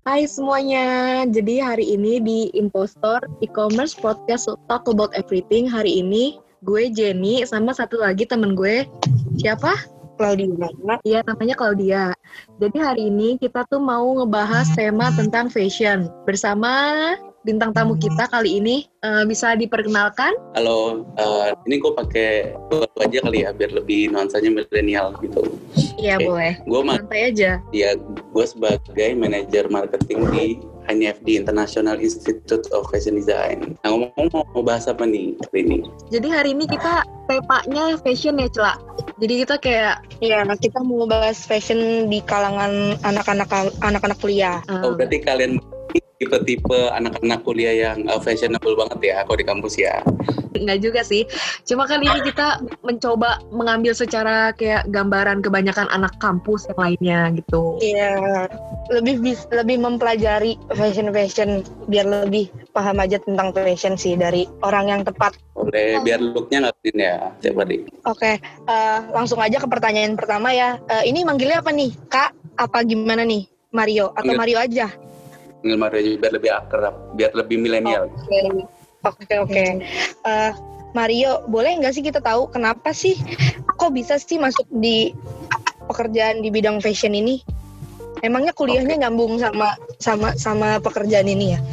Hai semuanya, jadi hari ini di Impostor E-commerce Podcast Talk About Everything. Hari ini gue Jenny sama satu lagi temen gue, siapa? Claudia. Iya, namanya Claudia. Jadi hari ini kita tuh mau ngebahas tema tentang fashion bersama bintang tamu kita kali ini. Bisa diperkenalkan? Halo, ini gue pakai baru aja kali ya biar lebih nuansanya milenial gitu. Iya, boleh. Gue santai aja. Ya, gue sebagai manajer marketing di HNFD International Institute of Fashion Design. Nah, ngomong mau bahas apa nih hari ini? Jadi hari ini kita temanya fashion ya, Cela. Jadi kita kayak kita mau bahas fashion di kalangan anak-anak kuliah. Oh, berarti kalian tipe-tipe anak-anak kuliah yang fashionable banget ya kalau di kampus ya? Enggak juga sih, cuma kali ini kita mencoba mengambil secara kayak gambaran kebanyakan anak kampus yang lainnya gitu. Iya, lebih mempelajari fashion biar lebih paham aja tentang fashion sih dari orang yang tepat. Boleh, biar looknya ngeliatin ya tiap hari. Oke, langsung aja ke pertanyaan pertama ya. Ini manggilnya apa nih, Kak? Apa gimana nih, Mario atau Mario aja? Panggil Mario aja biar lebih akrab, biar lebih milenial. Oke. Mario, boleh nggak sih kita tahu kenapa sih kok bisa sih masuk di pekerjaan di bidang fashion ini? Emangnya kuliahnya nyambung sama pekerjaan ini ya?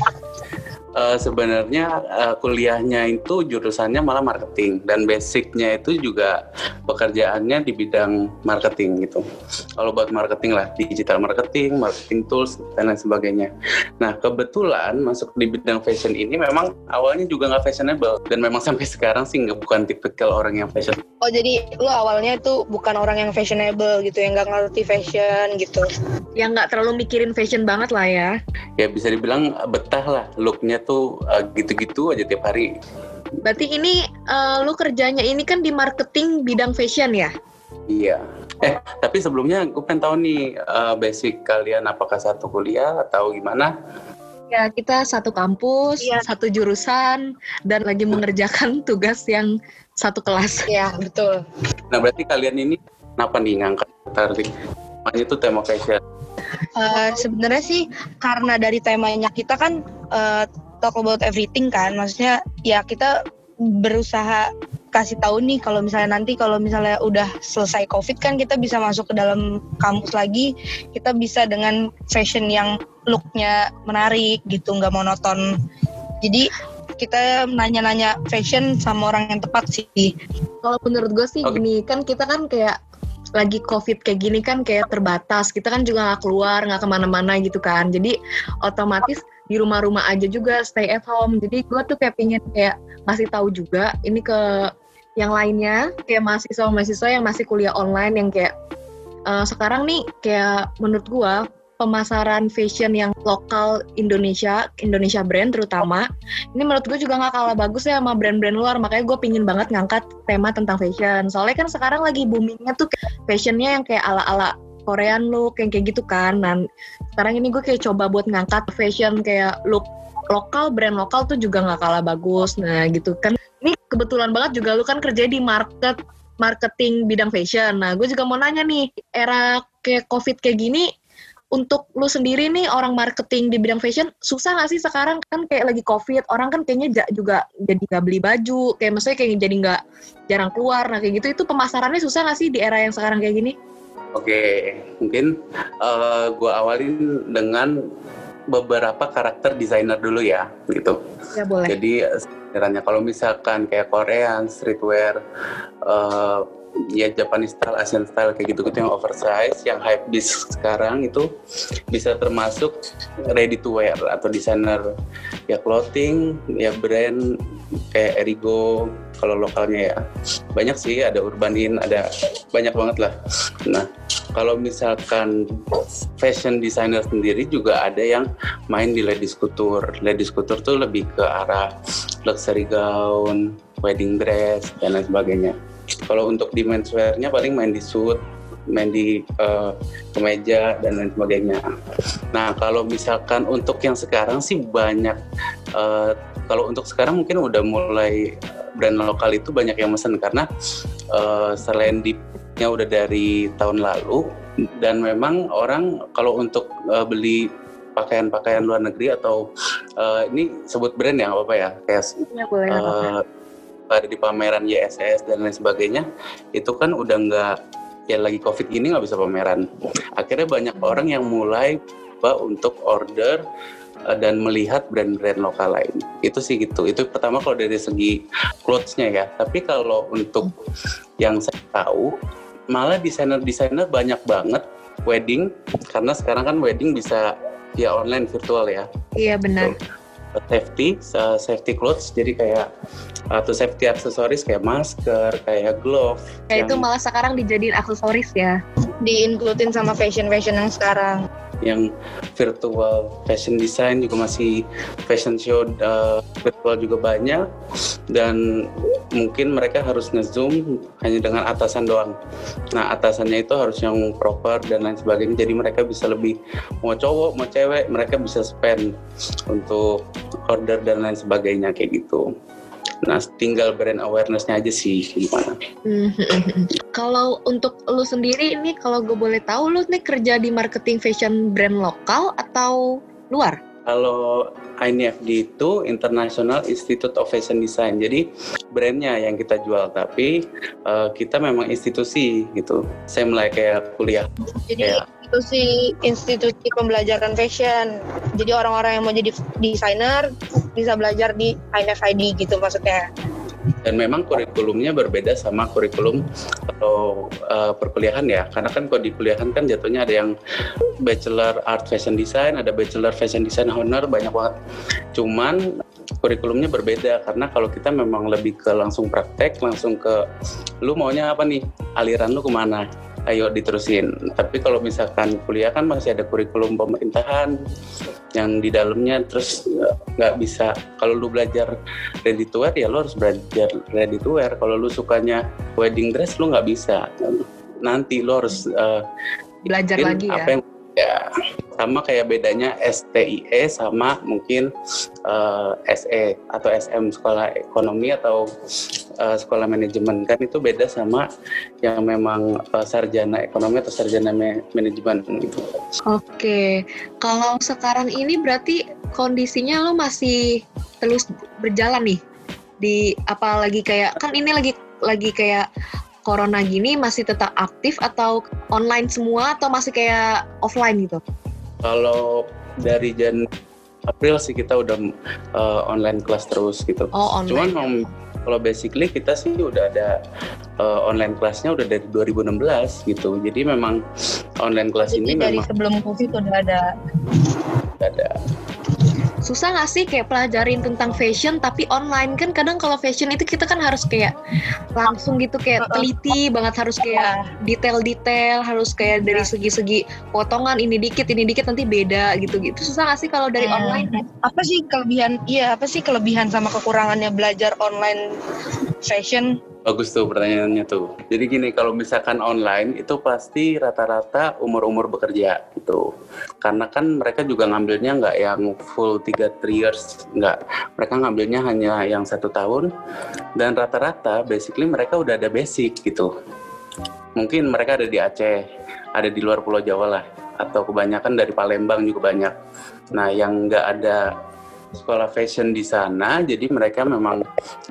Sebenarnya kuliahnya itu jurusannya malah marketing dan basicnya itu juga pekerjaannya di bidang marketing gitu. Kalau buat marketing lah, digital marketing, marketing tools dan lain sebagainya. Nah kebetulan masuk di bidang fashion ini memang awalnya juga nggak fashionable dan memang sampai sekarang sih bukan tipikal orang yang fashion. Oh jadi lu awalnya itu bukan orang yang fashionable gitu, yang nggak ngerti fashion gitu? Yang nggak terlalu mikirin fashion banget lah ya? Ya bisa dibilang betah lah, looknya tuh gitu-gitu aja tiap hari. Berarti ini lu kerjanya ini kan di marketing bidang fashion ya? Iya. Tapi sebelumnya gue pengen tahu nih basic kalian apakah satu kuliah atau gimana? Ya kita satu kampus, satu jurusan dan lagi mengerjakan tugas yang satu kelas. Iya betul. Nah berarti kalian ini kenapa nih ngangkat tarik? Namanya itu tema fashion. Sebenarnya sih karena dari temanya kita kan talk about everything kan, maksudnya ya kita berusaha kasih tahu nih kalau misalnya udah selesai COVID kan kita bisa masuk ke dalam kampus lagi, kita bisa dengan fashion yang looknya menarik gitu, nggak monoton. Jadi kita nanya-nanya fashion sama orang yang tepat sih. Kalau menurut gue sih gini, kan kita kan kayak lagi COVID kayak gini kan kayak terbatas, kita kan juga nggak keluar, nggak kemana-mana gitu kan, jadi otomatis di rumah-rumah aja juga, stay at home. Jadi gue tuh kayak pengen kayak ngasih tahu juga ini ke yang lainnya, kayak mahasiswa-mahasiswa yang masih kuliah online yang kayak sekarang nih kayak menurut gue pemasaran fashion yang lokal Indonesia brand terutama, ini menurut gue juga gak kalah bagus ya sama brand-brand luar. Makanya gue pingin banget ngangkat tema tentang fashion, soalnya kan sekarang lagi boomingnya tuh fashionnya yang kayak ala-ala Korean look yang kayak gitu kan. Dan sekarang ini gue kayak coba buat ngangkat fashion kayak look lokal, brand lokal tuh juga gak kalah bagus. Nah gitu kan, ini kebetulan banget juga lu kan kerja di marketing bidang fashion. Nah gue juga mau nanya nih, era kayak COVID kayak gini, untuk lu sendiri nih orang marketing di bidang fashion, susah gak sih sekarang kan kayak lagi COVID, orang kan kayaknya juga jadi gak beli baju, kayak maksudnya kayak jadi gak jarang keluar, nah kayak gitu, itu pemasarannya susah gak sih di era yang sekarang kayak gini? Oke, mungkin gue awalin dengan beberapa karakter desainer dulu ya, gitu. Ya boleh. Jadi sebenarnya kalau misalkan kayak Korean, streetwear, ya Japanese style, Asian style kayak gitu-gitu yang oversize, yang hype bis sekarang itu bisa termasuk ready to wear atau desainer ya clothing, ya brand kayak Erigo kalau lokalnya ya. Banyak sih, ada Urbanin, ada banyak banget lah. Nah, kalau misalkan fashion designer sendiri juga ada yang main di ladies couture. Ladies couture tuh lebih ke arah luxury gown, wedding dress, dan lain sebagainya. Kalau untuk di menswear-nya paling main di suit, main di kemeja, dan lain sebagainya. Nah, kalau misalkan untuk yang sekarang sih banyak, kalau untuk sekarang mungkin udah mulai brand lokal itu banyak yang mesen karena selain dipnya udah dari tahun lalu, dan memang orang kalau untuk beli pakaian-pakaian luar negeri atau ini sebut brand ya nggak apa-apa ya, kayak Ya, boleh, nggak apa-apa. ada di pameran YSS dan lain sebagainya, itu kan udah nggak, ya lagi COVID gini nggak bisa pameran. Akhirnya banyak orang yang mulai untuk order dan melihat brand-brand lokal lain. Itu sih gitu. Itu pertama kalau dari segi clothes-nya ya. Tapi kalau untuk yang saya tahu, malah desainer-desainer banyak banget wedding, karena sekarang kan wedding bisa via online virtual ya. Iya, benar. Safety clothes, jadi kayak atau safety aksesoris kayak masker, kayak glove. Kayak itu malah sekarang dijadiin aksesoris ya. Di-includein sama fashion yang sekarang. Yang virtual fashion design juga masih, fashion show virtual juga banyak, dan mungkin mereka harus nge-zoom hanya dengan atasan doang. Nah, atasannya itu harus yang proper dan lain sebagainya, jadi mereka bisa lebih, mau cowok mau cewek, mereka bisa spend untuk order dan lain sebagainya kayak gitu. Nah, tinggal brand awareness-nya aja sih gimana. Kalau untuk lu sendiri ini, kalau gue boleh tahu, lu nih kerja di marketing fashion brand lokal atau luar? Kalau INFD itu International Institute of Fashion Design, jadi brandnya yang kita jual, tapi kita memang institusi gitu, same like kayak kuliah. Jadi itu sih institusi pembelajaran fashion. Jadi orang-orang yang mau jadi desainer bisa belajar di INFID gitu maksudnya. Dan memang kurikulumnya berbeda sama kurikulum atau perkuliahan ya, karena kan kalau di kuliahan kan jatuhnya ada yang Bachelor Art Fashion Design, ada Bachelor Fashion Design Honor, banyak banget. Cuman kurikulumnya berbeda, karena kalau kita memang lebih ke langsung praktek, langsung ke lu maunya apa nih, aliran lu kemana, ayo diterusin. Tapi kalau misalkan kuliah kan masih ada kurikulum pemerintahan yang di dalamnya, terus nggak bisa, kalau lu belajar ready to wear ya lu harus belajar ready to wear. Kalau lu sukanya wedding dress lu nggak bisa, nanti lu harus belajar lagi ya. Apa yang ya, sama kayak bedanya STIE sama mungkin SE atau SM, sekolah ekonomi atau sekolah manajemen, kan itu beda sama yang memang sarjana ekonomi atau sarjana manajemen gitu. Oke, kalau sekarang ini berarti kondisinya lo masih terus berjalan nih, di apalagi kayak kan ini lagi kayak corona gini, masih tetap aktif atau online semua atau masih kayak offline gitu? Kalau dari April sih kita udah online kelas terus gitu. Oh, online. Cuman kalau basically kita sih udah ada online kelasnya udah dari 2016 gitu. Jadi memang online kelas ini dari memang sebelum COVID udah ada. Susah nggak sih kayak pelajarin tentang fashion tapi online? Kan kadang kalau fashion itu kita kan harus kayak langsung gitu, kayak teliti banget, harus kayak detail-detail, harus kayak dari segi-segi potongan, ini dikit nanti beda gitu. Susah nggak sih kalau dari online? Apa sih kelebihan sama kekurangannya belajar online fashion? Bagus tuh pertanyaannya tuh. Jadi gini, kalau misalkan online itu pasti rata-rata umur-umur bekerja gitu. Karena kan mereka juga ngambilnya nggak yang full 3 years, nggak. Mereka ngambilnya hanya yang 1 tahun, dan rata-rata basically mereka udah ada basic gitu. Mungkin mereka ada di Aceh, ada di luar Pulau Jawa lah, atau kebanyakan dari Palembang juga banyak. Nah, yang nggak ada sekolah fashion di sana, jadi mereka memang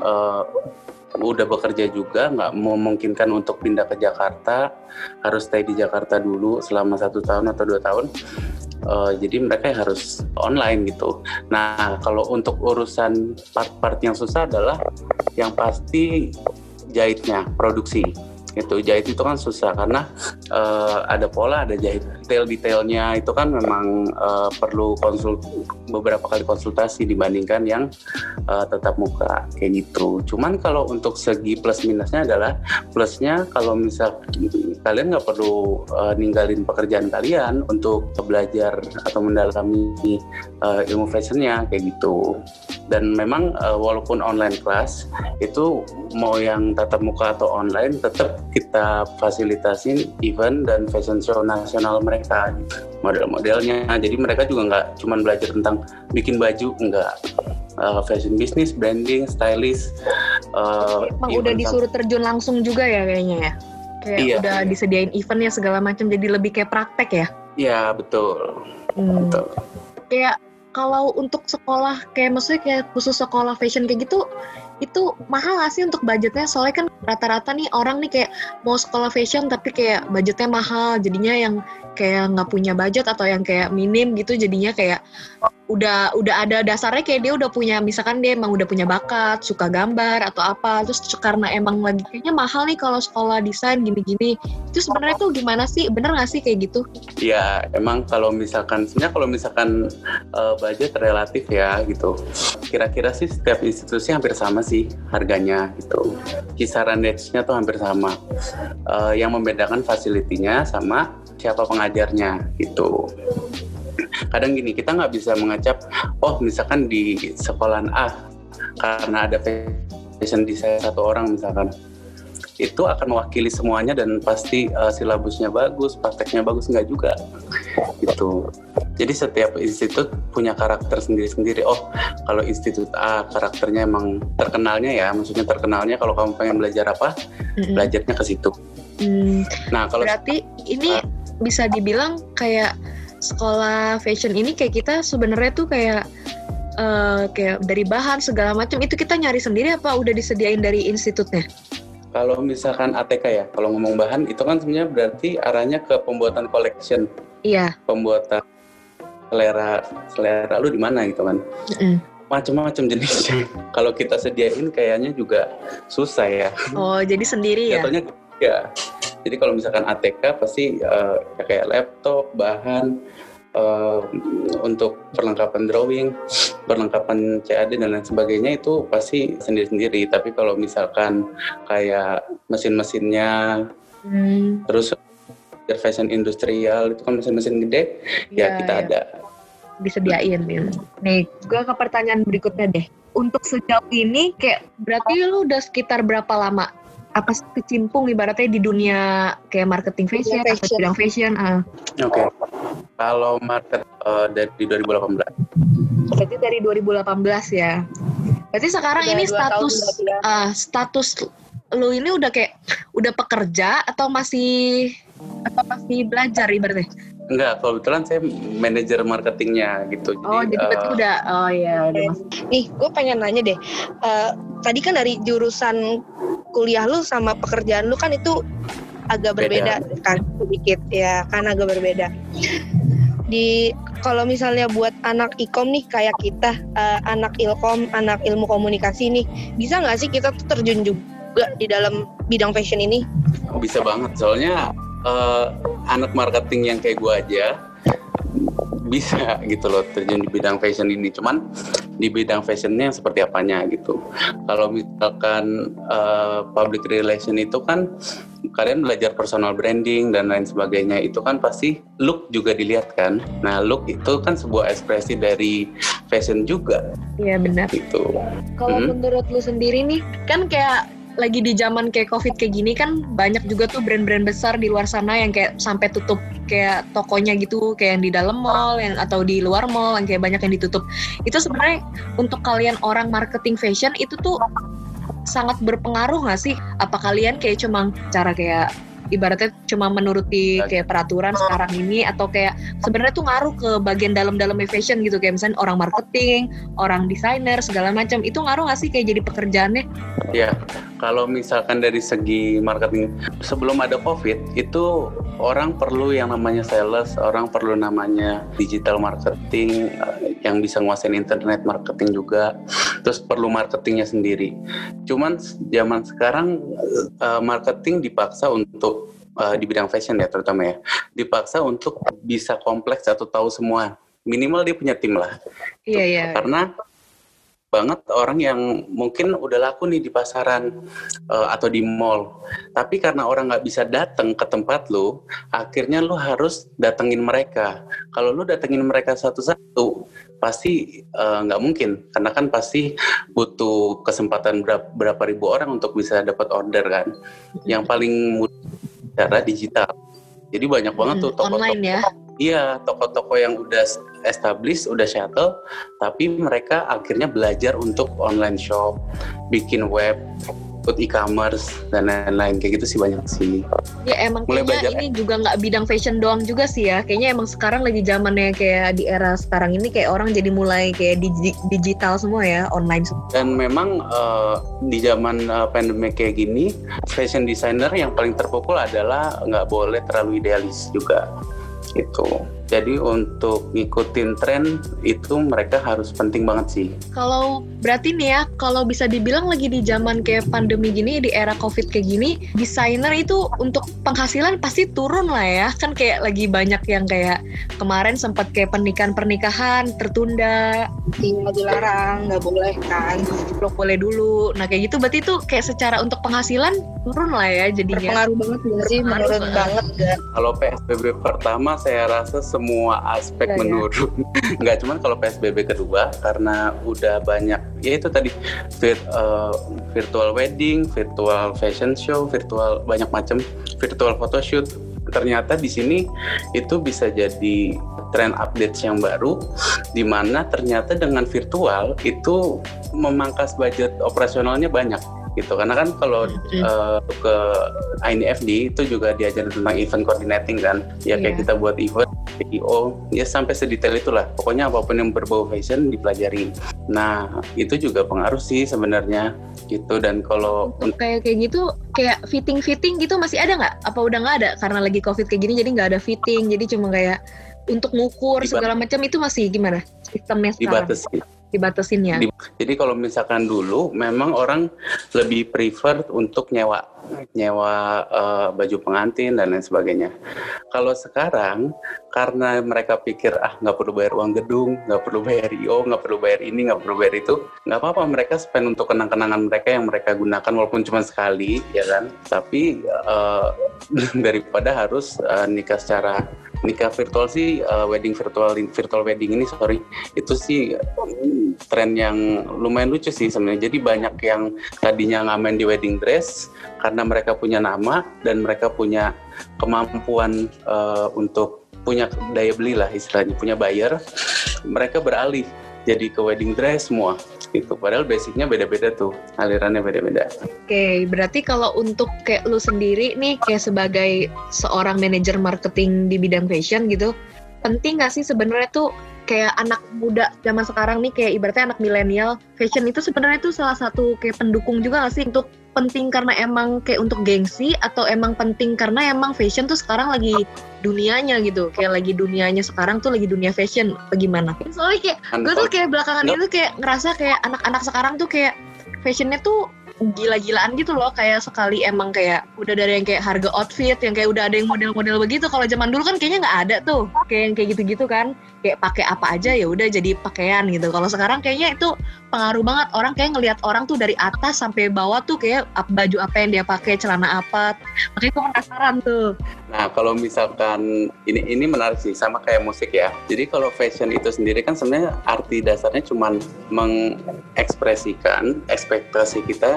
udah bekerja juga, nggak memungkinkan untuk pindah ke Jakarta, harus stay di Jakarta dulu selama 1 tahun atau 2 tahun. Jadi mereka harus online gitu. Nah, kalau untuk urusan part-part yang susah adalah yang pasti jahitnya, produksi. Itu jahit itu kan susah karena ada pola, ada jahit, detail-detailnya itu kan memang perlu beberapa kali konsultasi dibandingkan yang tetap muka kayak gitu. Cuman kalau untuk segi plus minusnya adalah, plusnya kalau misal kalian nggak perlu ninggalin pekerjaan kalian untuk belajar atau mendalami ilmu fashionnya kayak gitu. Dan memang walaupun online class itu mau yang tatap muka atau online, tetap kita fasilitasin event dan fashion show nasional mereka, model-modelnya. Jadi mereka juga nggak cuma belajar tentang bikin baju, nggak. Fashion business, branding, stylist. Emang udah disuruh terjun langsung juga ya kayaknya ya? Kayak iya, udah disediain eventnya segala macam, jadi lebih kayak praktek ya? Iya, betul. Betul. kayak kalau untuk sekolah kayak maksudnya kayak khusus sekolah fashion kayak gitu itu mahal gak sih untuk budgetnya? Soalnya kan rata-rata nih orang nih kayak mau sekolah fashion tapi kayak budgetnya mahal, jadinya yang kayak nggak punya budget atau yang kayak minim gitu jadinya kayak udah ada dasarnya kayak dia udah punya, misalkan dia emang udah punya bakat suka gambar atau apa, terus karena emang lagi kayaknya mahal nih kalau sekolah desain gini-gini, itu sebenarnya tuh gimana sih, bener nggak sih kayak gitu? Ya emang kalau misalkan budget relatif ya gitu, kira-kira sih setiap institusi hampir sama sih harganya gitu, kisaran range-nya tuh hampir sama. Yang membedakan fasilitinya sama siapa pengajarnya gitu. Kadang gini, kita nggak bisa mengecap, oh misalkan di sekolahan A karena ada fashion design satu orang misalkan, itu akan mewakili semuanya dan pasti silabusnya bagus, prakteknya bagus, nggak juga gitu. Jadi setiap institut punya karakter sendiri-sendiri. Oh kalau institut A karakternya emang terkenalnya ya, maksudnya terkenalnya kalau kamu pengen belajar apa, belajarnya ke situ. Nah kalau berarti ini bisa dibilang kayak sekolah fashion ini kayak kita sebenarnya tuh kayak dari bahan segala macam itu kita nyari sendiri apa udah disediain dari institutnya? Kalau misalkan ATK ya, kalau ngomong bahan itu kan sebenarnya berarti arahnya ke pembuatan collection. Iya. Pembuatan selera lu di mana gitu kan. Macam-macam jenisnya. Kalau kita sediain kayaknya juga susah ya. Oh, jadi sendiri ya? Jatuhnya ya. Jadi kalau misalkan ATK pasti kayak laptop, bahan untuk perlengkapan drawing, perlengkapan CAD dan lain sebagainya itu pasti sendiri-sendiri. Tapi kalau misalkan kayak mesin-mesinnya, terus fashion industrial itu kan mesin-mesin gede, ya kita ada. Disediain ya. Nih, gue ke pertanyaan berikutnya deh. Untuk sejauh ini kayak berarti lu udah sekitar berapa lama? Apa kecimpung ibaratnya di dunia kayak marketing fashion atau bidang fashion? Oke. Kalau market dari 2018. Berarti dari 2018 ya. Berarti sekarang ini status lu ini udah kayak udah pekerja atau masih belajar ibaratnya? Enggak, kebetulan saya manajer marketingnya gitu. Jadi berarti udah, Nih, gue pengen nanya deh. Tadi kan dari jurusan kuliah lu sama pekerjaan lu kan itu agak berbeda kan sedikit ya, kan agak berbeda. Kalau misalnya buat anak ikom nih kayak kita, anak ilkom, anak ilmu komunikasi nih, bisa nggak sih kita tuh terjun juga di dalam bidang fashion ini? Bisa banget, soalnya anak marketing yang kayak gue aja bisa gitu loh terjun di bidang fashion ini. Cuman di bidang fashionnya seperti apanya gitu. Kalau misalkan public relation itu kan kalian belajar personal branding dan lain sebagainya, itu kan pasti look juga dilihat kan. Nah look itu kan sebuah ekspresi dari fashion juga. Iya benar. Gitu. Kalau menurut lu sendiri nih, kan kayak lagi di zaman kayak COVID kayak gini kan banyak juga tuh brand-brand besar di luar sana yang kayak sampai tutup kayak tokonya gitu, kayak yang di dalam mall yang atau di luar mall yang kayak banyak yang ditutup. Itu sebenarnya untuk kalian orang marketing fashion itu tuh sangat berpengaruh nggak sih? Apa kalian kayak cuma cara kayak ibaratnya cuma menuruti kayak peraturan sekarang ini, atau kayak sebenarnya tuh ngaruh ke bagian dalam-dalamnya fashion gitu, kayak misalnya orang marketing, orang desainer segala macam, itu ngaruh nggak sih kayak jadi pekerjaannya? Ya, kalau misalkan dari segi marketing sebelum ada COVID itu orang perlu yang namanya sales, orang perlu namanya digital marketing yang bisa nguasain internet marketing juga, terus perlu marketingnya sendiri. Cuman zaman sekarang marketing dipaksa untuk di bidang fashion ya terutama ya, dipaksa untuk bisa kompleks atau tahu semua, minimal dia punya tim lah. Iya. Karena banget orang yang mungkin udah laku nih di pasaran atau di mall, tapi karena orang nggak bisa datang ke tempat lu, akhirnya lu harus datengin mereka. Kalau lu datengin mereka satu-satu, pasti nggak mungkin, karena kan pasti butuh kesempatan berapa ribu orang untuk bisa dapat order kan. Yang paling mudah cara digital. Jadi banyak banget tuh toko-toko online ya. Iya, toko-toko yang udah established, udah settle, tapi mereka akhirnya belajar untuk online shop, bikin web, ikut e-commerce dan lain-lain kayak gitu sih, banyak sih. Ya emang Mulai kayaknya ini juga nggak bidang fashion doang juga sih ya. Kayaknya emang sekarang lagi zamannya kayak di era sekarang ini kayak orang jadi mulai kayak digital semua ya, online semua. Dan memang di zaman pandemi kayak gini, fashion designer yang paling terpukul adalah nggak boleh terlalu idealis juga gitu. Jadi untuk ngikutin tren itu mereka harus penting banget sih. Kalau berarti nih ya, kalau bisa dibilang lagi di zaman kayak pandemi gini, di era COVID kayak gini, desainer itu untuk penghasilan pasti turun lah ya. Kan kayak lagi banyak yang kayak kemarin sempat kayak pernikahan tertunda. Tinggal dilarang, nggak boleh kan. Belum boleh dulu. Nah kayak gitu berarti tuh kayak secara untuk penghasilan turun lah ya jadinya. Berpengaruh banget nggak sih? Menurut banget gak? Kalau PSBB pertama saya rasa semua aspek menurun. Nggak cuman kalau PSBB kedua, karena udah banyak, ya itu tadi virtual wedding, virtual fashion show, virtual banyak macam, virtual photoshoot. Ternyata di sini itu bisa jadi trend updates yang baru, di mana ternyata dengan virtual itu memangkas budget operasionalnya banyak gitu. Karena kan kalau ke INFD itu juga diajarin tentang event coordinating kan, ya kayak kita buat event CEO ya sampai sedetail itulah, pokoknya apapun yang berbau fashion dipelajari. Nah itu juga pengaruh sih sebenarnya gitu. Dan kalau untuk kayak gitu, kayak fitting gitu masih ada nggak? Apa udah nggak ada karena lagi COVID kayak gini, jadi nggak ada fitting, jadi cuma kayak untuk ngukur segala macam itu masih gimana sistemnya sekarang? Dibatasinnya. Jadi kalau misalkan dulu memang orang lebih prefer untuk nyewa baju pengantin dan lain sebagainya. Kalau sekarang karena mereka pikir nggak perlu bayar uang gedung, nggak perlu bayar IO, nggak perlu bayar ini, nggak perlu bayar itu, nggak apa-apa mereka spend untuk kenang-kenangan mereka yang mereka gunakan walaupun cuma sekali, ya kan. Tapi daripada harus nikah virtual sih, virtual wedding ini itu sih tren yang lumayan lucu sih sebenarnya. Jadi banyak yang tadinya ngamen di wedding dress karena mereka punya nama dan mereka punya kemampuan untuk punya daya beli lah istilahnya, punya buyer, mereka beralih jadi ke wedding dress semua gitu. Padahal basicnya beda-beda tuh, alirannya beda-beda. Oke, berarti kalau untuk kayak lu sendiri nih kayak sebagai seorang manajer marketing di bidang fashion gitu, penting nggak sih sebenarnya tuh kayak anak muda zaman sekarang nih, kayak ibaratnya anak milenial, fashion itu sebenarnya tuh salah satu kayak pendukung juga nggak sih? Untuk penting karena emang kayak untuk gengsi, atau emang penting karena emang fashion tuh sekarang lagi dunianya gitu, kayak lagi dunianya sekarang tuh lagi dunia fashion, bagaimana? Soalnya kayak gue tuh kayak belakangan itu kayak ngerasa kayak anak-anak sekarang tuh kayak fashionnya tuh gila-gilaan gitu loh, kayak sekali emang kayak udah dari yang kayak harga outfit yang kayak udah ada yang model-model begitu. Kalau zaman dulu kan kayaknya nggak ada tuh kayak yang kayak gitu-gitu kan, kayak pakai apa aja ya udah jadi pakaian gitu. Kalau sekarang kayaknya itu pengaruh banget, orang kayak ngelihat orang tuh dari atas sampai bawah tuh kayak baju apa yang dia pakai, celana apa, makanya gue penasaran tuh. Nah kalau misalkan ini menarik sih, sama kayak musik ya. Jadi kalau fashion itu sendiri kan sebenarnya arti dasarnya cuma mengekspresikan ekspektasi kita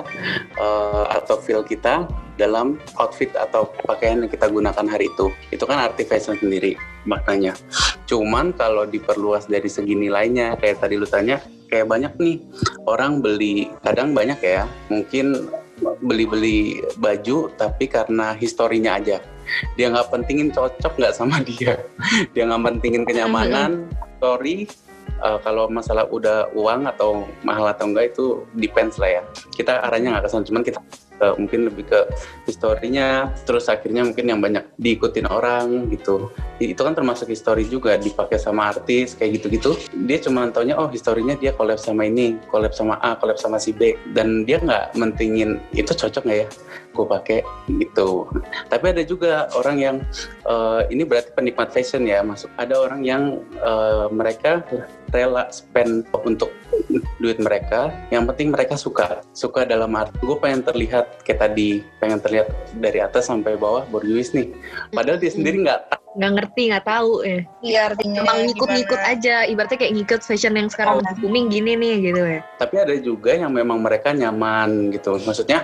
atau feel kita dalam outfit atau pakaian yang kita gunakan hari itu. Itu kan arti fashion sendiri maknanya. Cuman kalau diperluas dari segi nilainya, kayak tadi lu tanya, kayak banyak nih orang beli, kadang banyak ya, mungkin beli baju tapi karena historinya aja. Dia nggak pentingin cocok nggak sama dia. Dia nggak pentingin kenyamanan, story. Kalau masalah udah uang atau mahal atau enggak itu depends lah ya. Kita arahnya nggak kesana, cuman kita mungkin lebih ke historinya, terus akhirnya mungkin yang banyak diikutin orang gitu. Itu kan termasuk histori juga, dipakai sama artis kayak gitu-gitu. Dia cuma taunya historinya dia collab sama ini, collab sama A, collab sama si B, dan dia nggak mentingin itu cocok nggak ya gue pakai gitu. Tapi ada juga orang yang ini berarti penikmat fashion ya, masuk. Ada orang yang mereka rela spend untuk duit mereka, yang penting mereka suka dalam arti gue pengen terlihat kayak tadi, pengen terlihat dari atas sampai bawah borjuis nih, padahal dia sendiri nggak ngerti, nggak tahu ya. Iya, artinya emang ngikut-ngikut aja, ibaratnya kayak ngikut fashion yang sekarang booming gini nih gitu ya. Tapi ada juga yang memang mereka nyaman gitu, maksudnya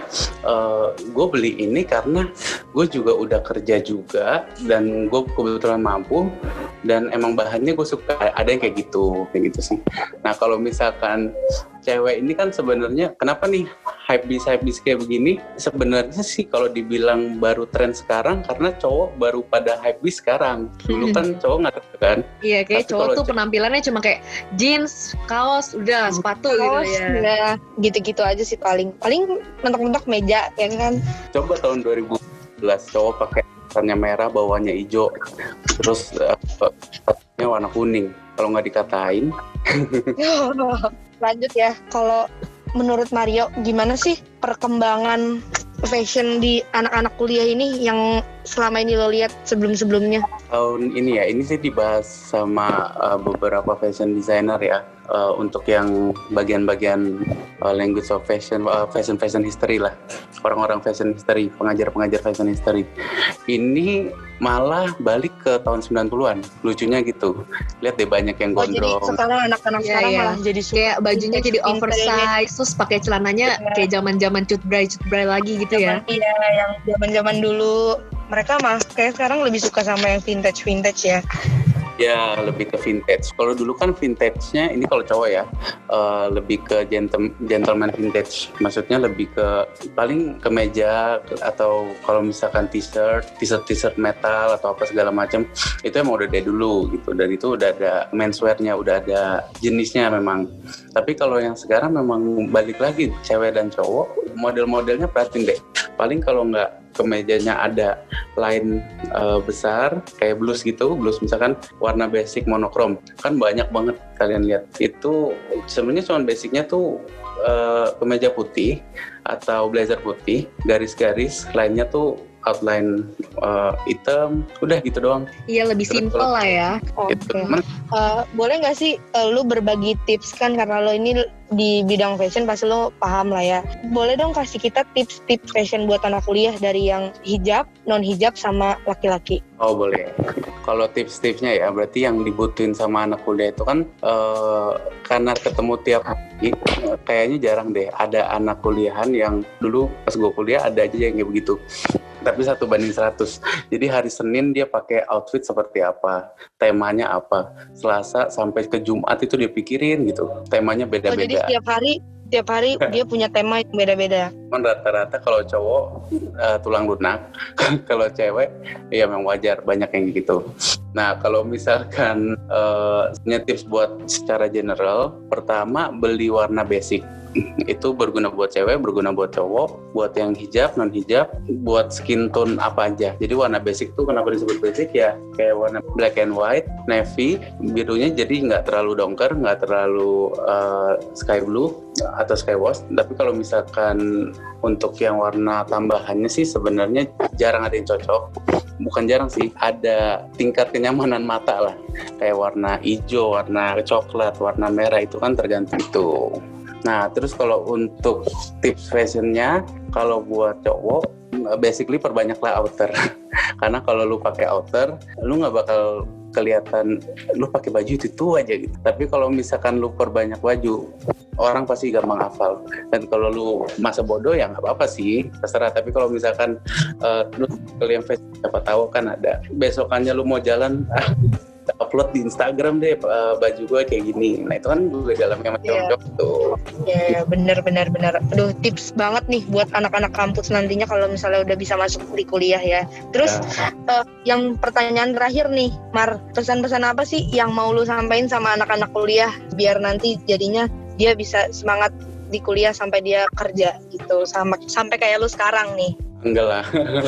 gue beli ini karena gue juga udah kerja juga dan gue kebetulan mampu dan emang bahannya gue suka. Ada yang kayak gitu sih. Nah kalau misalkan cewek ini kan sebenarnya kenapa nih hypebeast kayak begini sebenarnya sih kalau dibilang baru tren sekarang karena cowok baru pada hypebeast sekarang. Dulu kan cowok nggak tahu kan. Iya, kayak Tapi cowok kalau tuh penampilannya cuma kayak jeans, kaos, udah sepatu Kaos, gitu ya. udah gitu-gitu aja sih paling mentok-mentok meja ya kan. coba tahun 2011 cowok pakai warnanya merah, bawahnya hijau, terus sepatunya warna kuning. Kalau nggak dikatain, Lanjut ya, kalau menurut Mario gimana sih perkembangan fashion di anak-anak kuliah ini yang selama ini lo lihat sebelum-sebelumnya? tahun ini ya, ini sih dibahas sama beberapa fashion designer ya, untuk yang bagian-bagian language of fashion, fashion history lah, orang-orang fashion history, pengajar-pengajar fashion history. Ini malah balik ke tahun 90-an, lucunya gitu. Lihat deh banyak yang Oh, jadi gondrong. sekarang anak-anak Iya, sekarang iya. malah jadi suka Kayak bajunya jadi vintage, oversize, terus pakai celananya kayak zaman-zaman cutbray lagi gitu ya. Iya, yang zaman-zaman dulu. Mereka mah kayak sekarang lebih suka sama yang vintage ya. Ya, lebih ke vintage. Kalau dulu kan vintage-nya, ini kalau cowok ya, lebih ke gentleman vintage. Maksudnya lebih ke, paling kemeja, atau kalau misalkan t-shirt metal, atau apa segala macam, itu emang udah dari dulu gitu. Dan itu udah ada menswear-nya, udah ada jenisnya memang. Tapi kalau yang sekarang memang balik lagi, cewek dan cowok, model-modelnya perhatiin deh. Paling kalau nggak kemejanya ada line besar kayak blus gitu, blus misalkan warna basic monokrom, kan banyak banget kalian lihat. Itu sebenarnya cuma basicnya tuh kemeja putih atau blazer putih, garis-garis lainnya tuh outline hitam, udah gitu doang. Iya, lebih simple lah ya. Oke. Gitu. Cuman Boleh nggak sih lu berbagi tips, kan karena lo ini di bidang fashion pasti lo paham lah ya. Boleh dong kasih kita tips-tips fashion buat anak kuliah dari yang hijab, non hijab sama laki-laki. Oh boleh. Kalau tips-tipsnya ya, berarti yang dibutuhin sama anak kuliah itu kan karena ketemu tiap hari, kayaknya jarang deh ada anak kuliahan yang dulu pas gue kuliah ada aja yang kayak begitu. Tapi 1:100. Jadi hari Senin dia pakai outfit seperti apa, temanya apa. Selasa sampai ke Jumat itu dia pikirin gitu, temanya Oh, jadi beda-beda. tiap hari dia punya tema yang beda-beda. Cuman rata-rata kalau cowok tulang lunak, kalau cewek ya memang wajar banyak yang gitu. Nah kalau misalkan punya tips buat secara general, pertama beli warna basic. Itu berguna buat cewek, berguna buat cowok, buat yang hijab, non hijab, buat skin tone apa aja. Jadi warna basic tuh kenapa disebut basic ya? Kayak warna black and white, navy, birunya jadi nggak terlalu dongker, nggak terlalu sky blue atau sky wash. Tapi kalau misalkan untuk yang warna tambahannya sih sebenarnya jarang ada yang cocok. Bukan jarang sih, ada tingkat kenyamanan mata lah. Kayak warna hijau, warna coklat, warna merah itu kan tergantung itu. Nah, terus kalau untuk tips fashionnya, kalau buat cowok, basically perbanyaklah outer. Karena kalau lu pakai outer, lu nggak bakal kelihatan lu pakai baju itu aja gitu. Tapi kalau misalkan lu perbanyak baju, orang pasti gampang hafal. Dan kalau lu masa bodoh ya nggak apa-apa sih, terserah. Tapi kalau misalkan lu kalian fashion, siapa tahu kan ada. Besokannya lu mau jalan, upload di Instagram deh baju gue kayak gini. Nah itu kan gue dalamnya macam-macam tuh. Ya, benar. Aduh, tips banget nih buat anak-anak kampus nantinya kalau misalnya udah bisa masuk di kuliah ya. Terus yang pertanyaan terakhir nih, Mar, pesan-pesan apa sih yang mau lu sampaikan sama anak-anak kuliah biar nanti jadinya dia bisa semangat di kuliah sampai dia kerja gitu, sampai kayak lu sekarang nih. Enggak lah.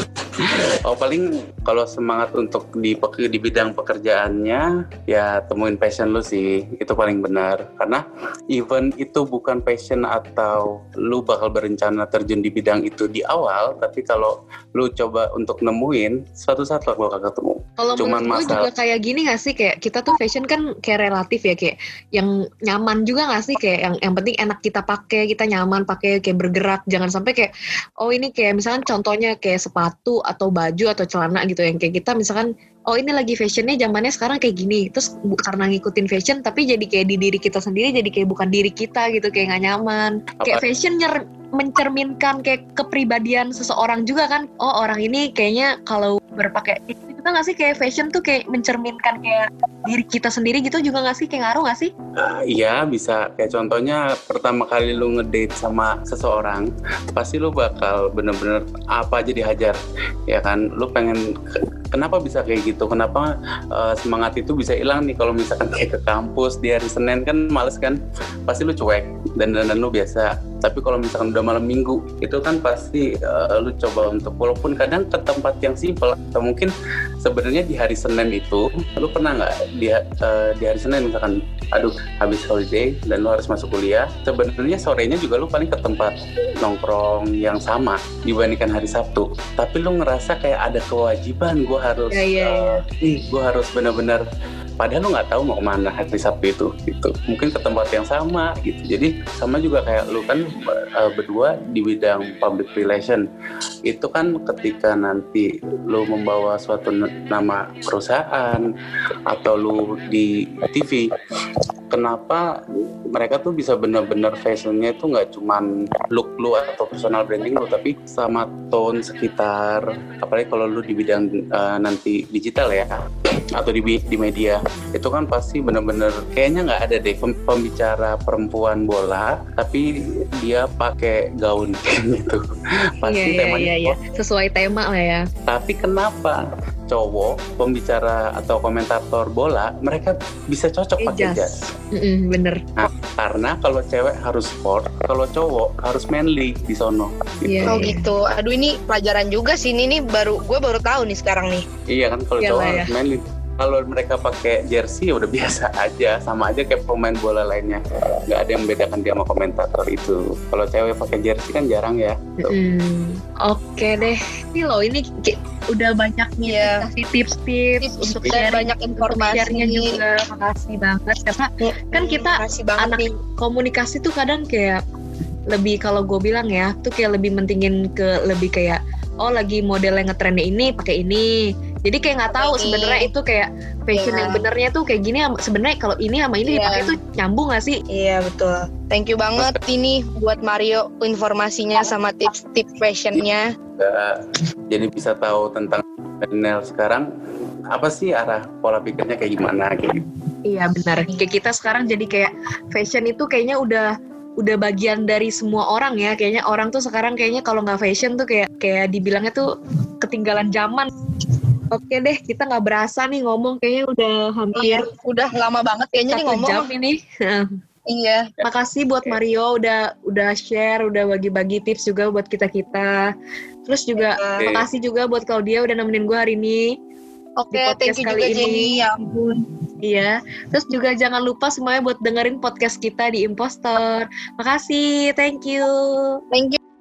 Oh paling kalau semangat untuk di bidang pekerjaannya ya temuin passion lu sih, itu paling benar. Karena even itu bukan passion atau lu bakal berencana terjun di bidang itu di awal, tapi kalau lu coba untuk nemuin, suatu saat lo bakal ketemu. Kalau menurut gue juga kayak gini gak sih, kayak kita tuh fashion kan kayak relatif ya, kayak yang nyaman juga gak sih, kayak yang penting enak kita pakai, kita nyaman pakai, kayak bergerak. Jangan sampai kayak oh ini kayak misalkan contohnya kayak sepatu atau baju atau celana gitu yang kayak kita misalkan oh ini lagi fashionnya zamannya sekarang kayak gini, terus karena ngikutin fashion tapi jadi kayak di diri kita sendiri jadi kayak bukan diri kita gitu, kayak nggak nyaman. Kayak fashion mencerminkan kayak kepribadian seseorang juga kan. Oh, orang ini kayaknya kalau berpakai itu juga nggak sih, kayak fashion tuh kayak mencerminkan kayak diri kita sendiri gitu juga nggak sih, kayak ngaruh nggak sih? Iya bisa, kayak contohnya pertama kali lu ngedate sama seseorang pasti lu bakal bener-bener apa aja dihajar ya kan. Lu pengen kenapa bisa kayak gitu, kenapa semangat itu bisa hilang nih kalau misalkan kayak ke kampus di hari Senin kan males kan, pasti lu cuek dan lu biasa. Tapi kalau misalkan udah malam minggu itu kan pasti lu coba untuk, walaupun kadang ke tempat yang simpel atau mungkin sebenarnya di hari Senin itu lu pernah nggak di hari Senin misalkan aduh habis holiday dan lu harus masuk kuliah, sebenarnya sorenya juga lu paling ke tempat nongkrong yang sama dibandingkan hari Sabtu, tapi lu ngerasa kayak ada kewajiban gue harus gue harus benar-benar, padahal lu nggak tahu mau kemana hari Sabtu itu gitu. Mungkin ke tempat yang sama gitu. Jadi sama juga kayak lu kan berdua di bidang public relation, itu kan ketika nanti lu membawa suatu nama perusahaan atau lu di TV, kenapa mereka tuh bisa benar-benar fashionnya itu nggak cuman look lu atau personal branding lu, tapi sama tone sekitar, apalagi kalau lu di bidang nanti digital ya atau di media, itu kan pasti benar-benar kayaknya nggak ada deh pembicara perempuan bola tapi dia pakai gaun gitu. Pasti temanya sesuai tema lah ya. Tapi kenapa cowok pembicara atau komentator bola mereka bisa cocok pakai jas? Bener. Nah, karena kalau cewek harus sport, kalau cowok harus manly di sono. Gitu. Oh gitu. Aduh ini pelajaran juga sih. Ini gue baru tahu nih sekarang nih. Iya kan, kalau cowok harus manly. Kalau mereka pakai jersey udah biasa aja, sama aja kayak pemain bola lainnya. Nggak ada yang membedakan dia sama komentator itu. Kalau cewek pakai jersey kan jarang ya. Oke deh. Ini loh, ini udah banyak nih kasih tips-tips untuk banyak informasinya juga. Makasih banget karena kan kita anak komunikasi tuh kadang kayak lebih, kalau gue bilang ya, tuh kayak lebih mentingin ke lebih kayak lagi model yang ngetrennya ini pakai ini. Jadi kayak nggak tahu sebenarnya itu kayak fashion yang benernya tuh kayak gini, sebenarnya kalau ini sama ini dipakai tuh nyambung nggak sih? Iya betul. Thank you banget ini buat Mario informasinya sama tips-tips fashionnya. Jadi bisa tahu tentang milenial sekarang apa sih arah pola pikirnya kayak gimana gitu. Iya benar. Kayak kita sekarang jadi kayak fashion itu kayaknya udah bagian dari semua orang ya. Kayaknya orang tuh sekarang kayaknya kalau nggak fashion tuh kayak dibilangnya tuh ketinggalan zaman. Oke deh, kita nggak berasa nih ngomong, kayaknya udah hampir udah lama banget kayaknya nih ngomong. 1 jam ini. Iya. Makasih buat Mario udah share, udah bagi-bagi tips juga buat kita. Terus juga makasih juga buat Claudia udah nemenin gue hari ini. Oke, thank you juga Jenny, ya ampun. Iya, terus juga jangan lupa semuanya buat dengerin podcast kita di Impostor. Makasih, thank you. Thank you.